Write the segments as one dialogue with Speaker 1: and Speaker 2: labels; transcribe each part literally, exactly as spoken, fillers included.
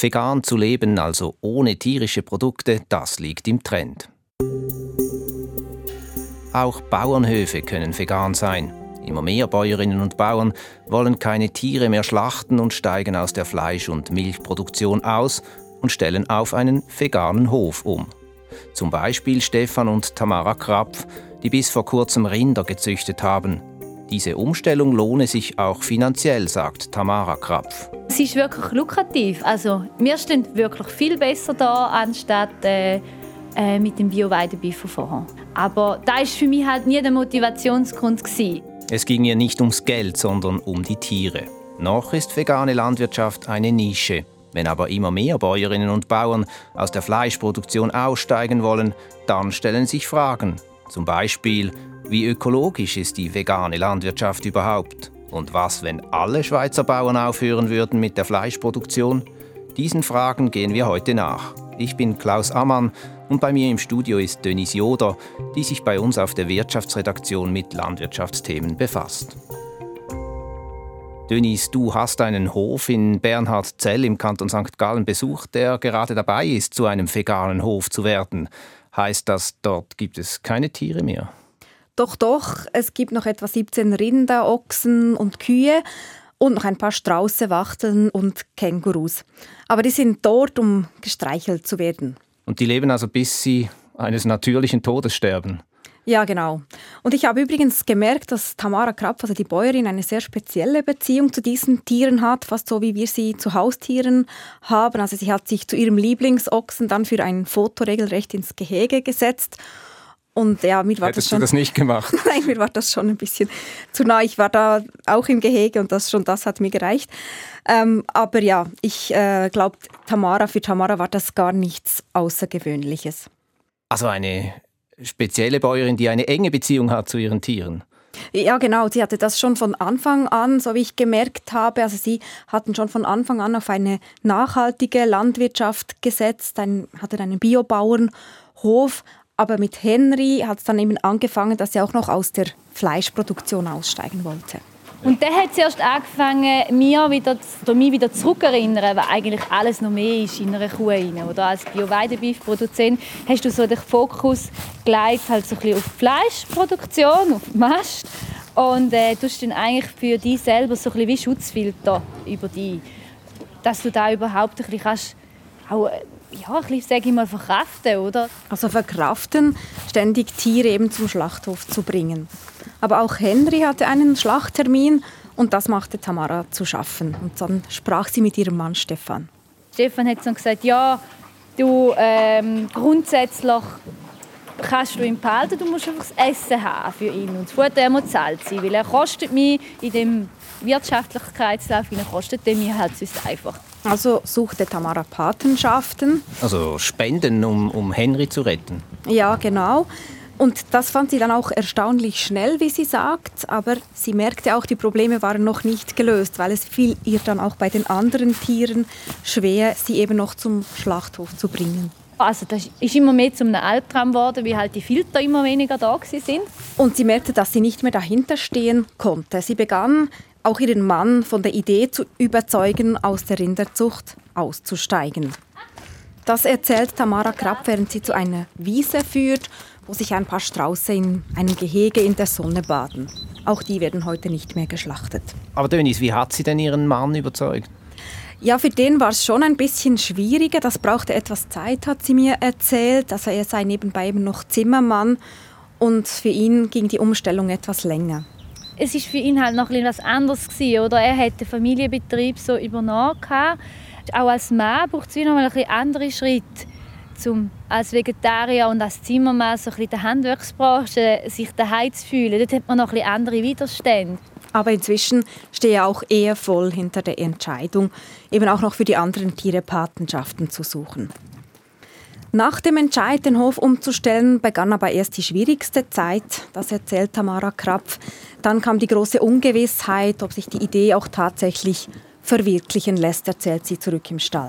Speaker 1: Vegan zu leben, also ohne tierische Produkte, das liegt im Trend. Auch Bauernhöfe können vegan sein. Immer mehr Bäuerinnen und Bauern wollen keine Tiere mehr schlachten und steigen aus der Fleisch- und Milchproduktion aus und stellen auf einen veganen Hof um. Zum Beispiel Stefan und Tamara Krapf, die bis vor kurzem Rinder gezüchtet haben. Diese Umstellung lohne sich auch finanziell, sagt Tamara Krapf.
Speaker 2: Es ist wirklich lukrativ. Also, wir stehen wirklich viel besser da, anstatt äh, äh, mit dem Bio-Weidebeef-Verfahren. Aber das war für mich halt nie der Motivationsgrund gewesen.
Speaker 1: Es ging ihr nicht ums Geld, sondern um die Tiere. Noch ist vegane Landwirtschaft eine Nische. Wenn aber immer mehr Bäuerinnen und Bauern aus der Fleischproduktion aussteigen wollen, dann stellen sich Fragen. Zum Beispiel, wie ökologisch ist die vegane Landwirtschaft überhaupt? Und was, wenn alle Schweizer Bauern aufhören würden mit der Fleischproduktion? Diesen Fragen gehen wir heute nach. Ich bin Klaus Ammann und bei mir im Studio ist Denise Joder, die sich bei uns auf der Wirtschaftsredaktion mit Landwirtschaftsthemen befasst. Denise, du hast einen Hof in Bernhardzell im Kanton Sankt Gallen besucht, der gerade dabei ist, zu einem veganen Hof zu werden. Heißt das, dort gibt es keine Tiere mehr?
Speaker 3: Doch, doch. Es gibt noch etwa siebzehn Rinder, Ochsen und Kühe und noch ein paar Strauße, Wachteln und Kängurus. Aber die sind dort, um gestreichelt zu werden.
Speaker 1: Und die leben also, bis sie eines natürlichen Todes sterben?
Speaker 3: Ja, genau. Und ich habe übrigens gemerkt, dass Tamara Krapf, also die Bäuerin, eine sehr spezielle Beziehung zu diesen Tieren hat, fast so wie wir sie zu Haustieren haben. Also sie hat sich zu ihrem Lieblingsochsen dann für ein Foto regelrecht ins Gehege gesetzt. Und ja, mir war
Speaker 1: Hättest
Speaker 3: das schon,
Speaker 1: du das nicht gemacht?
Speaker 3: Nein, mir war das schon ein bisschen zu nah. Ich war da auch im Gehege und das schon das hat mir gereicht. Ähm, aber ja, ich äh, glaube, Tamara, für Tamara war das gar nichts Außergewöhnliches.
Speaker 1: Also eine spezielle Bäuerin, die eine enge Beziehung hat zu ihren Tieren.
Speaker 3: Ja, genau. Sie hatte das schon von Anfang an, so wie ich gemerkt habe. Also sie hatten schon von Anfang an auf eine nachhaltige Landwirtschaft gesetzt, ein, hatten einen Biobauernhof. Aber mit Henry hat es dann eben angefangen, dass er auch noch aus der Fleischproduktion aussteigen wollte.
Speaker 2: Und dann hat es erst angefangen, mir wieder, oder mich wieder zurückerinnern, weil eigentlich alles noch mehr ist in einer Kuh rein. Oder als Bio-Weidebeef-Produzent hast du so den Fokus gelegt halt so ein bisschen auf die Fleischproduktion, auf die Mast. Und äh, du hast dann eigentlich für dich selber so ein bisschen wie Schutzfilter über dich. Dass du da überhaupt ein bisschen kannst, auch, ja, ein bisschen, sage ich mal, verkraften, oder?
Speaker 3: Also verkraften, ständig Tiere eben zum Schlachthof zu bringen. Aber auch Henry hatte einen Schlachttermin und das machte Tamara zu schaffen. Und dann sprach sie mit ihrem Mann Stefan.
Speaker 2: Stefan hat dann gesagt, ja, du ähm, grundsätzlich kannst du ihn behalten, du musst einfach das Essen haben für ihn. Und das Futter muss zahlt sein, weil er kostet mich in dem Wirtschaftlichkeitslauf, kostet er mir halt sonst einfach.
Speaker 3: Also suchte Tamara Patenschaften.
Speaker 1: Also Spenden, um, um Henry zu retten.
Speaker 3: Ja, genau. Und das fand sie dann auch erstaunlich schnell, wie sie sagt. Aber sie merkte auch, die Probleme waren noch nicht gelöst, weil es fiel ihr dann auch bei den anderen Tieren schwer, sie eben noch zum Schlachthof zu bringen.
Speaker 2: Also das ist immer mehr zu einem Albtraum geworden, wie halt die Filter immer weniger da sind.
Speaker 3: Und sie merkte, dass sie nicht mehr dahinter stehen konnte. Sie begann auch ihren Mann von der Idee zu überzeugen, aus der Rinderzucht auszusteigen. Das erzählt Tamara Krapf, während sie zu einer Wiese führt, wo sich ein paar Strauße in einem Gehege in der Sonne baden. Auch die werden heute nicht mehr geschlachtet.
Speaker 1: Aber Denise, wie hat sie denn ihren Mann überzeugt?
Speaker 3: Ja, für den war es schon ein bisschen schwieriger. Das brauchte etwas Zeit, hat sie mir erzählt. Also er sei nebenbei eben noch Zimmermann und für ihn ging die Umstellung etwas länger.
Speaker 2: Es war für ihn halt noch etwas anderes gewesen, oder? Er hat den Familienbetrieb so übernommen. Auch als Mann braucht es noch mal ein bisschen andere Schritte, um als Vegetarier und als Zimmermann so ein bisschen in der Handwerksbranche sich daheim zu fühlen. Dort hat man noch ein bisschen andere Widerstände.
Speaker 3: Aber inzwischen stehe er auch eher voll hinter der Entscheidung, eben auch noch für die anderen Tiere Patenschaften zu suchen. Nach dem Entscheid, den Hof umzustellen, begann aber erst die schwierigste Zeit, das erzählt Tamara Krapf. Dann kam die große Ungewissheit, ob sich die Idee auch tatsächlich verwirklichen lässt, erzählt sie zurück im Stall.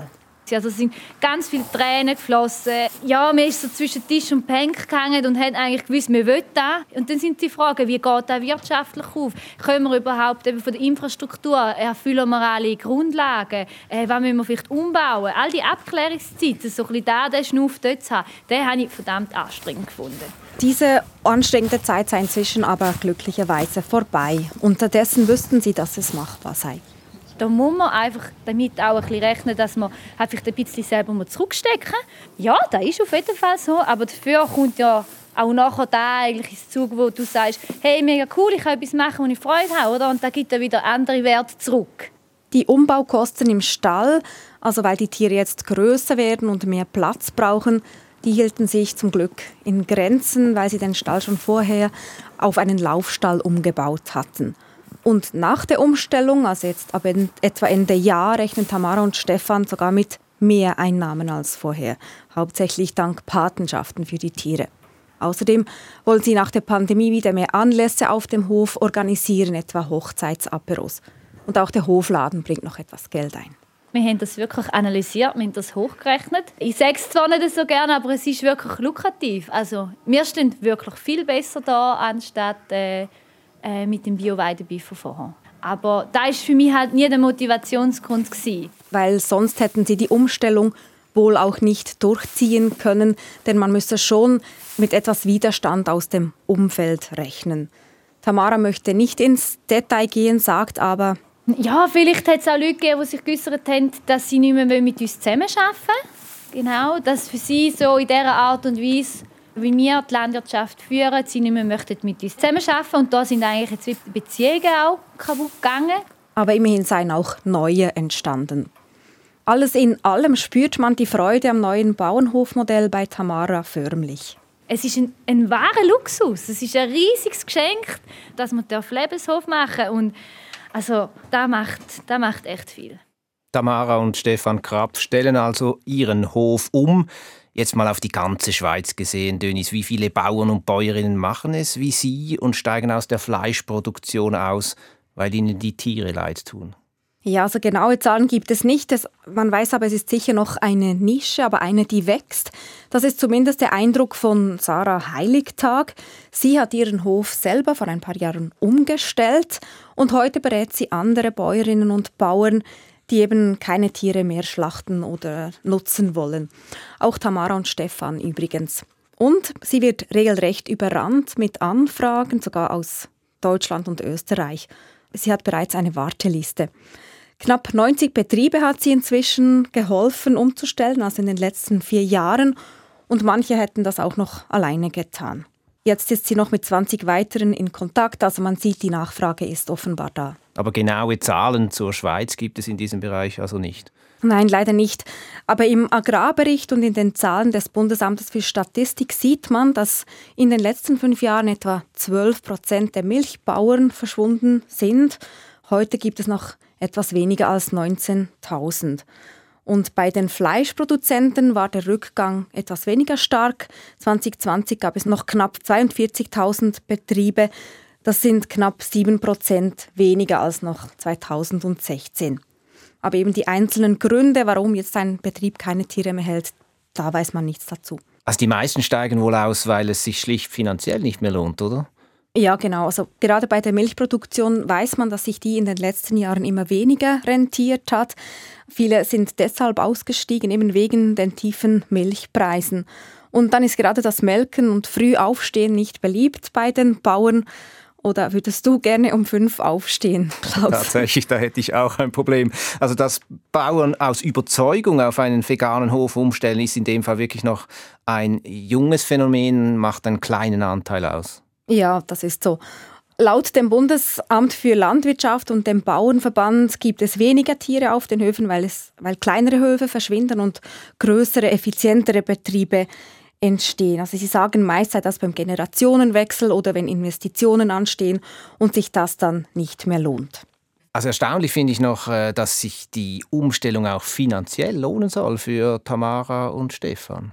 Speaker 2: Also es sind ganz viele Tränen geflossen. Ja, man ist so zwischen Tisch und Bank gehangen und hat eigentlich gewusst, wir wollen das. Und dann sind die Fragen, wie geht das wirtschaftlich auf? Können wir überhaupt eben von der Infrastruktur, erfüllen wir alle Grundlagen? Äh, was müssen wir vielleicht umbauen? All die Abklärungszeiten, so ein bisschen da, den Schnuff dort zu haben, den habe ich verdammt anstrengend gefunden.
Speaker 3: Diese anstrengende Zeit sei inzwischen aber glücklicherweise vorbei. Unterdessen wüssten sie, dass es machbar sei.
Speaker 2: Da muss man einfach damit auch ein bisschen rechnen, dass man einfach ein bisschen selber zurückstecken muss. Ja, das ist auf jeden Fall so. Aber dafür kommt ja auch nachher da eigentlich ins Zug, wo du sagst, hey, mega cool, ich kann etwas machen, wo ich Freude habe. Oder? Und da gibt dann wieder andere Werte zurück.
Speaker 3: Die Umbaukosten im Stall, also weil die Tiere jetzt größer werden und mehr Platz brauchen, die hielten sich zum Glück in Grenzen, weil sie den Stall schon vorher auf einen Laufstall umgebaut hatten. Und nach der Umstellung, also jetzt ab etwa Ende Jahr, rechnen Tamara und Stefan sogar mit mehr Einnahmen als vorher. Hauptsächlich dank Patenschaften für die Tiere. Außerdem wollen sie nach der Pandemie wieder mehr Anlässe auf dem Hof organisieren, etwa Hochzeitsaperos. Und auch der Hofladen bringt noch etwas Geld ein.
Speaker 2: Wir haben das wirklich analysiert, wir haben das hochgerechnet. Ich sage es zwar nicht so gerne, aber es ist wirklich lukrativ. Also, wir stehen wirklich viel besser da, anstatt äh, äh, mit dem Bio-Weidebeef von vorher. Aber das war für mich halt nie der Motivationsgrund gewesen.
Speaker 3: Weil sonst hätten sie die Umstellung wohl auch nicht durchziehen können, denn man müsste schon mit etwas Widerstand aus dem Umfeld rechnen. Tamara möchte nicht ins Detail gehen, sagt aber:
Speaker 2: Ja, vielleicht hat es auch Leute gegeben, die sich geäussert haben, dass sie nicht mehr mit uns zusammenarbeiten wollen. Genau, dass für sie so in dieser Art und Weise, wie wir die Landwirtschaft führen, sie nicht mehr möchten mit uns zusammenarbeiten. Und da sind eigentlich jetzt die Beziehungen auch kaputt gegangen.
Speaker 3: Aber immerhin seien auch neue entstanden. Alles in allem spürt man die Freude am neuen Bauernhofmodell bei Tamara förmlich.
Speaker 2: Es ist ein, ein wahrer Luxus. Es ist ein riesiges Geschenk, dass man Lebenshof machen darf. Und also, das macht, das macht echt viel.
Speaker 1: Tamara und Stefan Krapf stellen also ihren Hof um. Jetzt mal auf die ganze Schweiz gesehen, Dönis, wie viele Bauern und Bäuerinnen machen es wie Sie und steigen aus der Fleischproduktion aus, weil ihnen die Tiere leid tun?
Speaker 3: Ja, also genaue Zahlen gibt es nicht. Das, man weiß aber, es ist sicher noch eine Nische, aber eine, die wächst. Das ist zumindest der Eindruck von Sarah Heiligtag. Sie hat ihren Hof selber vor ein paar Jahren umgestellt und heute berät sie andere Bäuerinnen und Bauern, die eben keine Tiere mehr schlachten oder nutzen wollen. Auch Tamara und Stefan übrigens. Und sie wird regelrecht überrannt mit Anfragen, sogar aus Deutschland und Österreich. Sie hat bereits eine Warteliste. Knapp neunzig Betriebe hat sie inzwischen geholfen umzustellen, also in den letzten vier Jahren. Und manche hätten das auch noch alleine getan. Jetzt ist sie noch mit zwanzig weiteren in Kontakt, also man sieht, die Nachfrage ist offenbar da.
Speaker 1: Aber genaue Zahlen zur Schweiz gibt es in diesem Bereich also nicht?
Speaker 3: Nein, leider nicht. Aber im Agrarbericht und in den Zahlen des Bundesamtes für Statistik sieht man, dass in den letzten fünf Jahren etwa zwölf Prozent der Milchbauern verschwunden sind. Heute gibt es noch etwas weniger als neunzehntausend. Und bei den Fleischproduzenten war der Rückgang etwas weniger stark. zwanzig zwanzig gab es noch knapp zweiundvierzigtausend Betriebe. Das sind knapp sieben Prozent weniger als noch zweitausendsechzehn. Aber eben die einzelnen Gründe, warum jetzt ein Betrieb keine Tiere mehr hält, da weiß man nichts dazu.
Speaker 1: Also die meisten steigen wohl aus, weil es sich schlicht finanziell nicht mehr lohnt, oder?
Speaker 3: Ja, genau. Also gerade bei der Milchproduktion weiß man, dass sich die in den letzten Jahren immer weniger rentiert hat. Viele sind deshalb ausgestiegen, eben wegen den tiefen Milchpreisen. Und dann ist gerade das Melken und Frühaufstehen nicht beliebt bei den Bauern. Oder würdest du gerne um fünf aufstehen, Klaus?
Speaker 1: Tatsächlich, da hätte ich auch ein Problem. Also dass Bauern aus Überzeugung auf einen veganen Hof umstellen, ist in dem Fall wirklich noch ein junges Phänomen, macht einen kleinen Anteil aus.
Speaker 3: Ja, das ist so. Laut dem Bundesamt für Landwirtschaft und dem Bauernverband gibt es weniger Tiere auf den Höfen, weil, es, weil kleinere Höfe verschwinden und größere, effizientere Betriebe entstehen. Also sie sagen meist, sei das beim Generationenwechsel oder wenn Investitionen anstehen und sich das dann nicht mehr lohnt.
Speaker 1: Also erstaunlich finde ich noch, dass sich die Umstellung auch finanziell lohnen soll für Tamara und Stefan.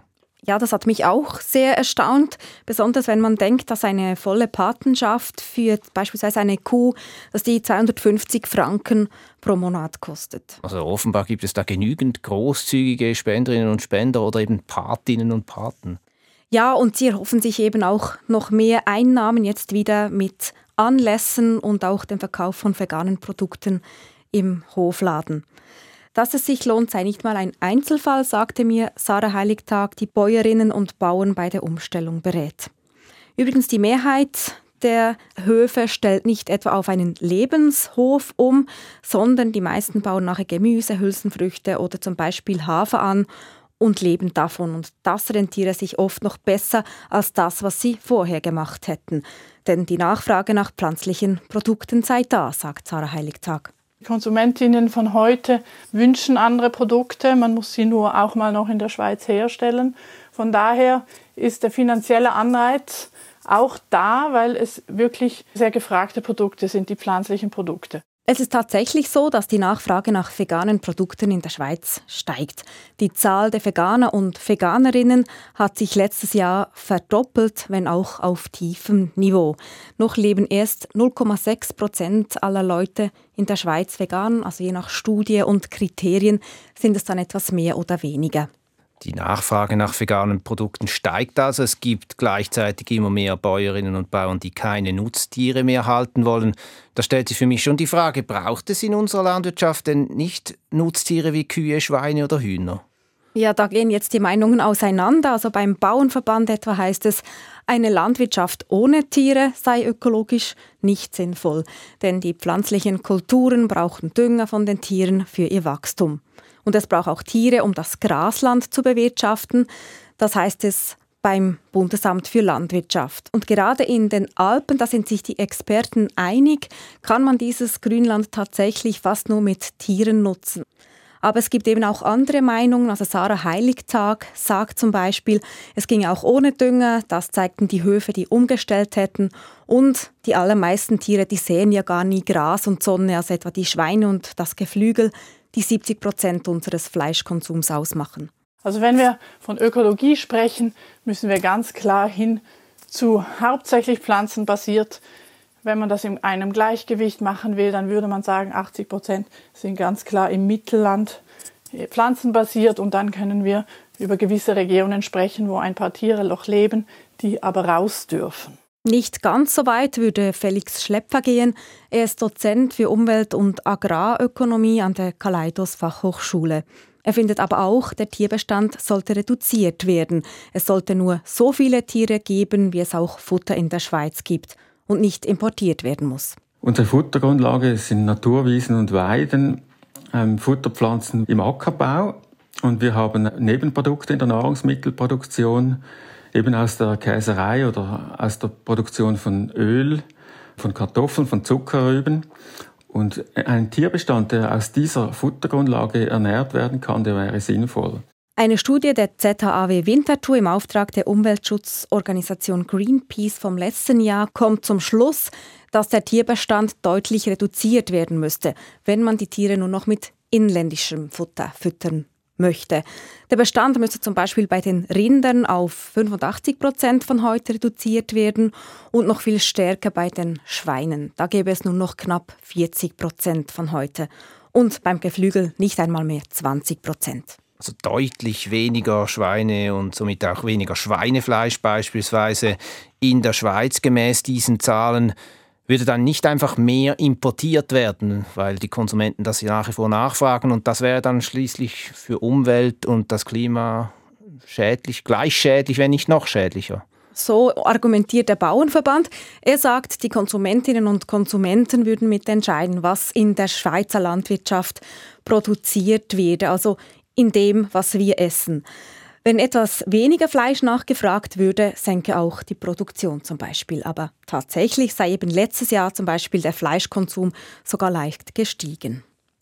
Speaker 3: Ja, das hat mich auch sehr erstaunt, besonders wenn man denkt, dass eine volle Patenschaft für beispielsweise eine Kuh, dass die zweihundertfünfzig Franken pro Monat kostet.
Speaker 1: Also offenbar gibt es da genügend großzügige Spenderinnen und Spender oder eben Patinnen und Paten.
Speaker 3: Ja, und sie erhoffen sich eben auch noch mehr Einnahmen jetzt wieder mit Anlässen und auch dem Verkauf von veganen Produkten im Hofladen. Dass es sich lohnt, sei nicht mal ein Einzelfall, sagte mir Sarah Heiligtag, die Bäuerinnen und Bauern bei der Umstellung berät. Übrigens, die Mehrheit der Höfe stellt nicht etwa auf einen Lebenshof um, sondern die meisten bauen nachher Gemüse, Hülsenfrüchte oder zum Beispiel Hafer an und leben davon. Und das rentiere sich oft noch besser als das, was sie vorher gemacht hätten. Denn die Nachfrage nach pflanzlichen Produkten sei da, sagt Sarah Heiligtag.
Speaker 4: Die Konsumentinnen von heute wünschen andere Produkte. Man muss sie nur auch mal noch in der Schweiz herstellen. Von daher ist der finanzielle Anreiz auch da, weil es wirklich sehr gefragte Produkte sind, die pflanzlichen Produkte.
Speaker 3: Es ist tatsächlich so, dass die Nachfrage nach veganen Produkten in der Schweiz steigt. Die Zahl der Veganer und Veganerinnen hat sich letztes Jahr verdoppelt, wenn auch auf tiefem Niveau. Noch leben erst null Komma sechs Prozent aller Leute in der Schweiz vegan, also je nach Studie und Kriterien sind es dann etwas mehr oder weniger.
Speaker 1: Die Nachfrage nach veganen Produkten steigt also. Es gibt gleichzeitig immer mehr Bäuerinnen und Bauern, die keine Nutztiere mehr halten wollen. Da stellt sich für mich schon die Frage, braucht es in unserer Landwirtschaft denn nicht Nutztiere wie Kühe, Schweine oder Hühner?
Speaker 3: Ja, da gehen jetzt die Meinungen auseinander. Also beim Bauernverband etwa heißt es, eine Landwirtschaft ohne Tiere sei ökologisch nicht sinnvoll. Denn die pflanzlichen Kulturen brauchen Dünger von den Tieren für ihr Wachstum. Und es braucht auch Tiere, um das Grasland zu bewirtschaften. Das heißt es beim Bundesamt für Landwirtschaft. Und gerade in den Alpen, da sind sich die Experten einig, kann man dieses Grünland tatsächlich fast nur mit Tieren nutzen. Aber es gibt eben auch andere Meinungen. Also Sarah Heiligtag sagt zum Beispiel, es ginge auch ohne Dünger. Das zeigten die Höfe, die umgestellt hätten. Und die allermeisten Tiere, die sehen ja gar nie Gras und Sonne, also etwa die Schweine und das Geflügel, die siebzig Prozent unseres Fleischkonsums ausmachen.
Speaker 4: Also wenn wir von Ökologie sprechen, müssen wir ganz klar hin zu hauptsächlich pflanzenbasiert. Wenn man das in einem Gleichgewicht machen will, dann würde man sagen, achtzig Prozent sind ganz klar im Mittelland pflanzenbasiert. Und dann können wir über gewisse Regionen sprechen, wo ein paar Tiere noch leben, die aber raus dürfen.
Speaker 3: Nicht ganz so weit würde Felix Schlepfer gehen. Er ist Dozent für Umwelt- und Agrarökonomie an der Kaleidos Fachhochschule. Er findet aber auch, der Tierbestand sollte reduziert werden. Es sollte nur so viele Tiere geben, wie es auch Futter in der Schweiz gibt und nicht importiert werden muss.
Speaker 5: Unsere Futtergrundlage sind Naturwiesen und Weiden, ähm, Futterpflanzen im Ackerbau und wir haben Nebenprodukte in der Nahrungsmittelproduktion, eben aus der Käserei oder aus der Produktion von Öl, von Kartoffeln, von Zuckerrüben. Und ein Tierbestand, der aus dieser Futtergrundlage ernährt werden kann, der wäre sinnvoll.
Speaker 3: Eine Studie der Z H A W Winterthur im Auftrag der Umweltschutzorganisation Greenpeace vom letzten Jahr kommt zum Schluss, dass der Tierbestand deutlich reduziert werden müsste, wenn man die Tiere nur noch mit inländischem Futter füttern möchte. Der Bestand müsste zum Beispiel bei den Rindern auf fünfundachtzig Prozent von heute reduziert werden und noch viel stärker bei den Schweinen. Da gäbe es nur noch knapp vierzig Prozent von heute. Und beim Geflügel nicht einmal mehr zwanzig Prozent.
Speaker 1: Also deutlich weniger Schweine und somit auch weniger Schweinefleisch beispielsweise in der Schweiz gemäß diesen Zahlen. Würde dann nicht einfach mehr importiert werden, weil die Konsumenten das nach wie vor nachfragen und das wäre dann schließlich für Umwelt und das Klima schädlich, gleich schädlich, wenn nicht noch schädlicher.
Speaker 3: So argumentiert der Bauernverband. Er sagt, die Konsumentinnen und Konsumenten würden mitentscheiden, was in der Schweizer Landwirtschaft produziert werde, also in dem, was wir essen. Wenn etwas weniger Fleisch nachgefragt würde, senke auch die Produktion zum Beispiel. Aber tatsächlich sei eben letztes Jahr zum Beispiel der Fleischkonsum sogar leicht gestiegen.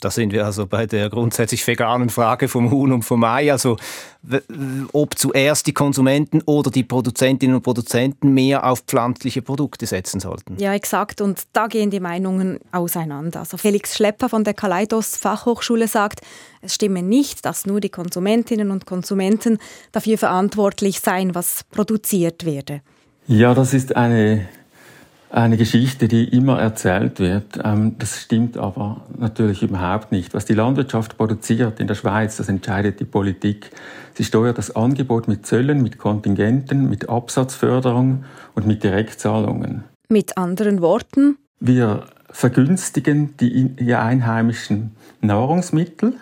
Speaker 1: Da sind wir also bei der grundsätzlich veganen Frage vom Huhn und vom Ei. Also ob zuerst die Konsumenten oder die Produzentinnen und Produzenten mehr auf pflanzliche Produkte setzen sollten.
Speaker 3: Ja, exakt. Und da gehen die Meinungen auseinander. Also Felix Schlepper von der Kaleidos Fachhochschule sagt, es stimme nicht, dass nur die Konsumentinnen und Konsumenten dafür verantwortlich seien, was produziert werde.
Speaker 5: Ja, das ist eine... Eine Geschichte, die immer erzählt wird. Das stimmt aber natürlich überhaupt nicht. Was die Landwirtschaft produziert in der Schweiz, das entscheidet die Politik. Sie steuert das Angebot mit Zöllen, mit Kontingenten, mit Absatzförderung und mit Direktzahlungen.
Speaker 3: Mit anderen Worten?
Speaker 5: Wir vergünstigen die einheimischen Nahrungsmittel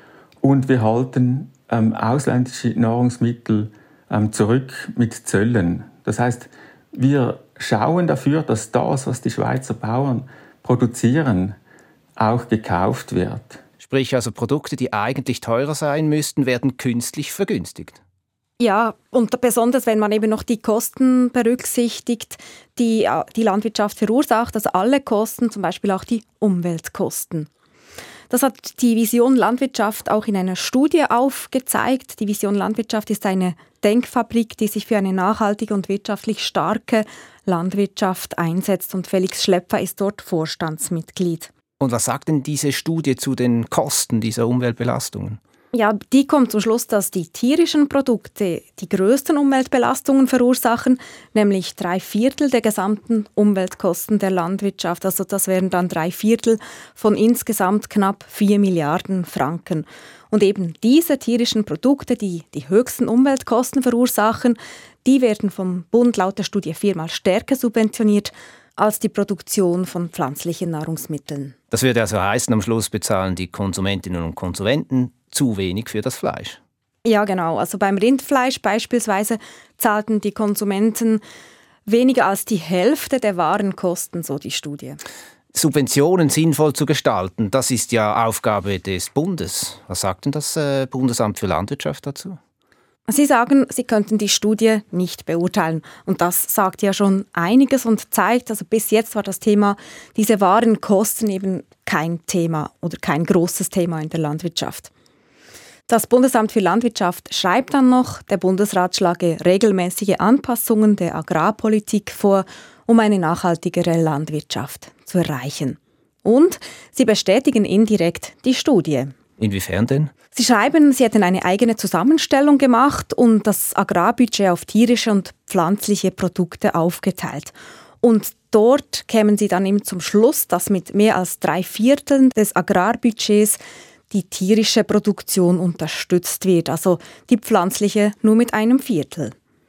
Speaker 5: und wir halten ähm, ausländische Nahrungsmittel ähm, zurück mit Zöllen. Das heißt, wir schauen dafür, dass das, was die Schweizer Bauern produzieren, auch gekauft wird.
Speaker 1: Sprich also Produkte, die eigentlich teurer sein müssten, werden künstlich vergünstigt.
Speaker 3: Ja, und besonders wenn man eben noch die Kosten berücksichtigt, die die Landwirtschaft verursacht, also alle Kosten, zum Beispiel auch die Umweltkosten. Das hat die Vision Landwirtschaft auch in einer Studie aufgezeigt. Die Vision Landwirtschaft ist eine Denkfabrik, die sich für eine nachhaltige und wirtschaftlich starke Landwirtschaft einsetzt. Und Felix Schlepper ist dort Vorstandsmitglied.
Speaker 1: Und was sagt denn diese Studie zu den Kosten dieser Umweltbelastungen?
Speaker 3: Ja, die kommt zum Schluss, dass die tierischen Produkte die größten Umweltbelastungen verursachen, nämlich drei Viertel der gesamten Umweltkosten der Landwirtschaft. Also das wären dann drei Viertel von insgesamt knapp vier Milliarden Franken. Und eben diese tierischen Produkte, die die höchsten Umweltkosten verursachen, die werden vom Bund laut der Studie viermal stärker subventioniert als die Produktion von pflanzlichen Nahrungsmitteln.
Speaker 1: Das würde also heißen, am Schluss bezahlen die Konsumentinnen und Konsumenten zu wenig für das Fleisch.
Speaker 3: Ja, genau. Also beim Rindfleisch beispielsweise zahlten die Konsumenten weniger als die Hälfte der Warenkosten, so die Studie.
Speaker 1: Subventionen sinnvoll zu gestalten, das ist ja Aufgabe des Bundes. Was sagt denn das äh, Bundesamt für Landwirtschaft dazu?
Speaker 3: Sie sagen, Sie könnten die Studie nicht beurteilen. Und das sagt ja schon einiges und zeigt, also bis jetzt war das Thema, diese Warenkosten eben kein Thema oder kein großes Thema in der Landwirtschaft. Das Bundesamt für Landwirtschaft schreibt dann noch, der Bundesrat schlage regelmäßige Anpassungen der Agrarpolitik vor, um eine nachhaltigere Landwirtschaft zu erreichen. Und sie bestätigen indirekt die Studie.
Speaker 1: Inwiefern denn?
Speaker 3: Sie schreiben, sie hätten eine eigene Zusammenstellung gemacht und das Agrarbudget auf tierische und pflanzliche Produkte aufgeteilt. Und dort kämen sie dann eben zum Schluss, dass mit mehr als drei Vierteln des Agrarbudgets die tierische Produktion unterstützt wird, also die pflanzliche nur mit einem Viertel.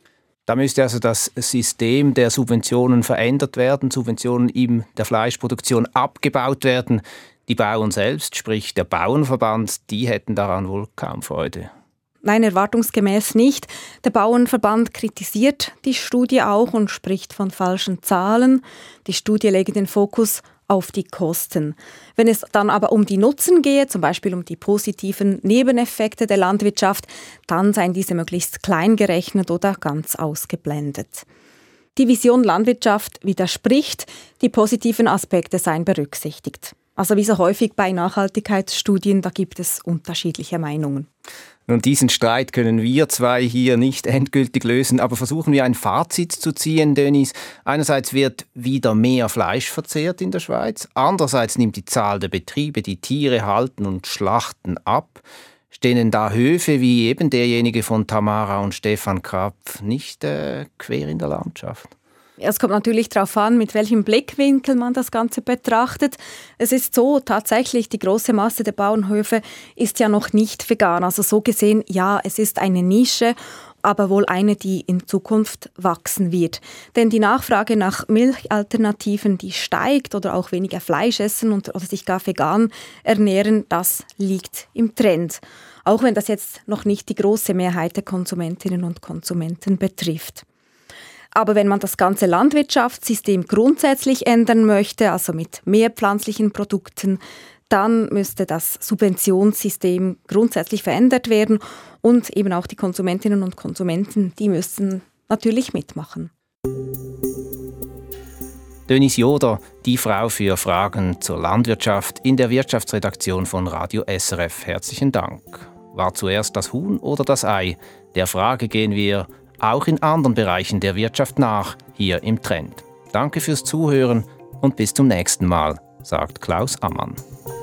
Speaker 1: Da müsste also das System der Subventionen verändert werden, Subventionen in der Fleischproduktion abgebaut werden. Die Bauern selbst, sprich der Bauernverband, die hätten daran wohl kaum Freude.
Speaker 3: Nein, erwartungsgemäß nicht. Der Bauernverband kritisiert die Studie auch und spricht von falschen Zahlen. Die Studie lege den Fokus auf die Kosten. Wenn es dann aber um die Nutzen gehe, zum Beispiel um die positiven Nebeneffekte der Landwirtschaft, dann seien diese möglichst klein gerechnet oder ganz ausgeblendet. Die Vision Landwirtschaft widerspricht, die positiven Aspekte seien berücksichtigt. Also wie so häufig bei Nachhaltigkeitsstudien, da gibt es unterschiedliche Meinungen.
Speaker 1: Nun, diesen Streit können wir zwei hier nicht endgültig lösen, aber versuchen wir ein Fazit zu ziehen, Denise. Einerseits wird wieder mehr Fleisch verzehrt in der Schweiz, andererseits nimmt die Zahl der Betriebe, die Tiere halten und schlachten, ab. Stehen denn da Höfe wie eben derjenige von Tamara und Stefan Krapf nicht äh, quer in der Landschaft?
Speaker 3: Es kommt natürlich darauf an, mit welchem Blickwinkel man das Ganze betrachtet. Es ist so, tatsächlich, die große Masse der Bauernhöfe ist ja noch nicht vegan. Also so gesehen, ja, es ist eine Nische, aber wohl eine, die in Zukunft wachsen wird. Denn die Nachfrage nach Milchalternativen, die steigt oder auch weniger Fleisch essen und, oder sich gar vegan ernähren, das liegt im Trend. Auch wenn das jetzt noch nicht die große Mehrheit der Konsumentinnen und Konsumenten betrifft. Aber wenn man das ganze Landwirtschaftssystem grundsätzlich ändern möchte, also mit mehr pflanzlichen Produkten, dann müsste das Subventionssystem grundsätzlich verändert werden und eben auch die Konsumentinnen und Konsumenten, die müssen natürlich mitmachen.
Speaker 1: Denise Joder, die Frau für Fragen zur Landwirtschaft in der Wirtschaftsredaktion von Radio S R F. Herzlichen Dank. War zuerst das Huhn oder das Ei? Der Frage gehen wir auch in anderen Bereichen der Wirtschaft nach, hier im Trend. Danke fürs Zuhören und bis zum nächsten Mal, sagt Klaus Ammann.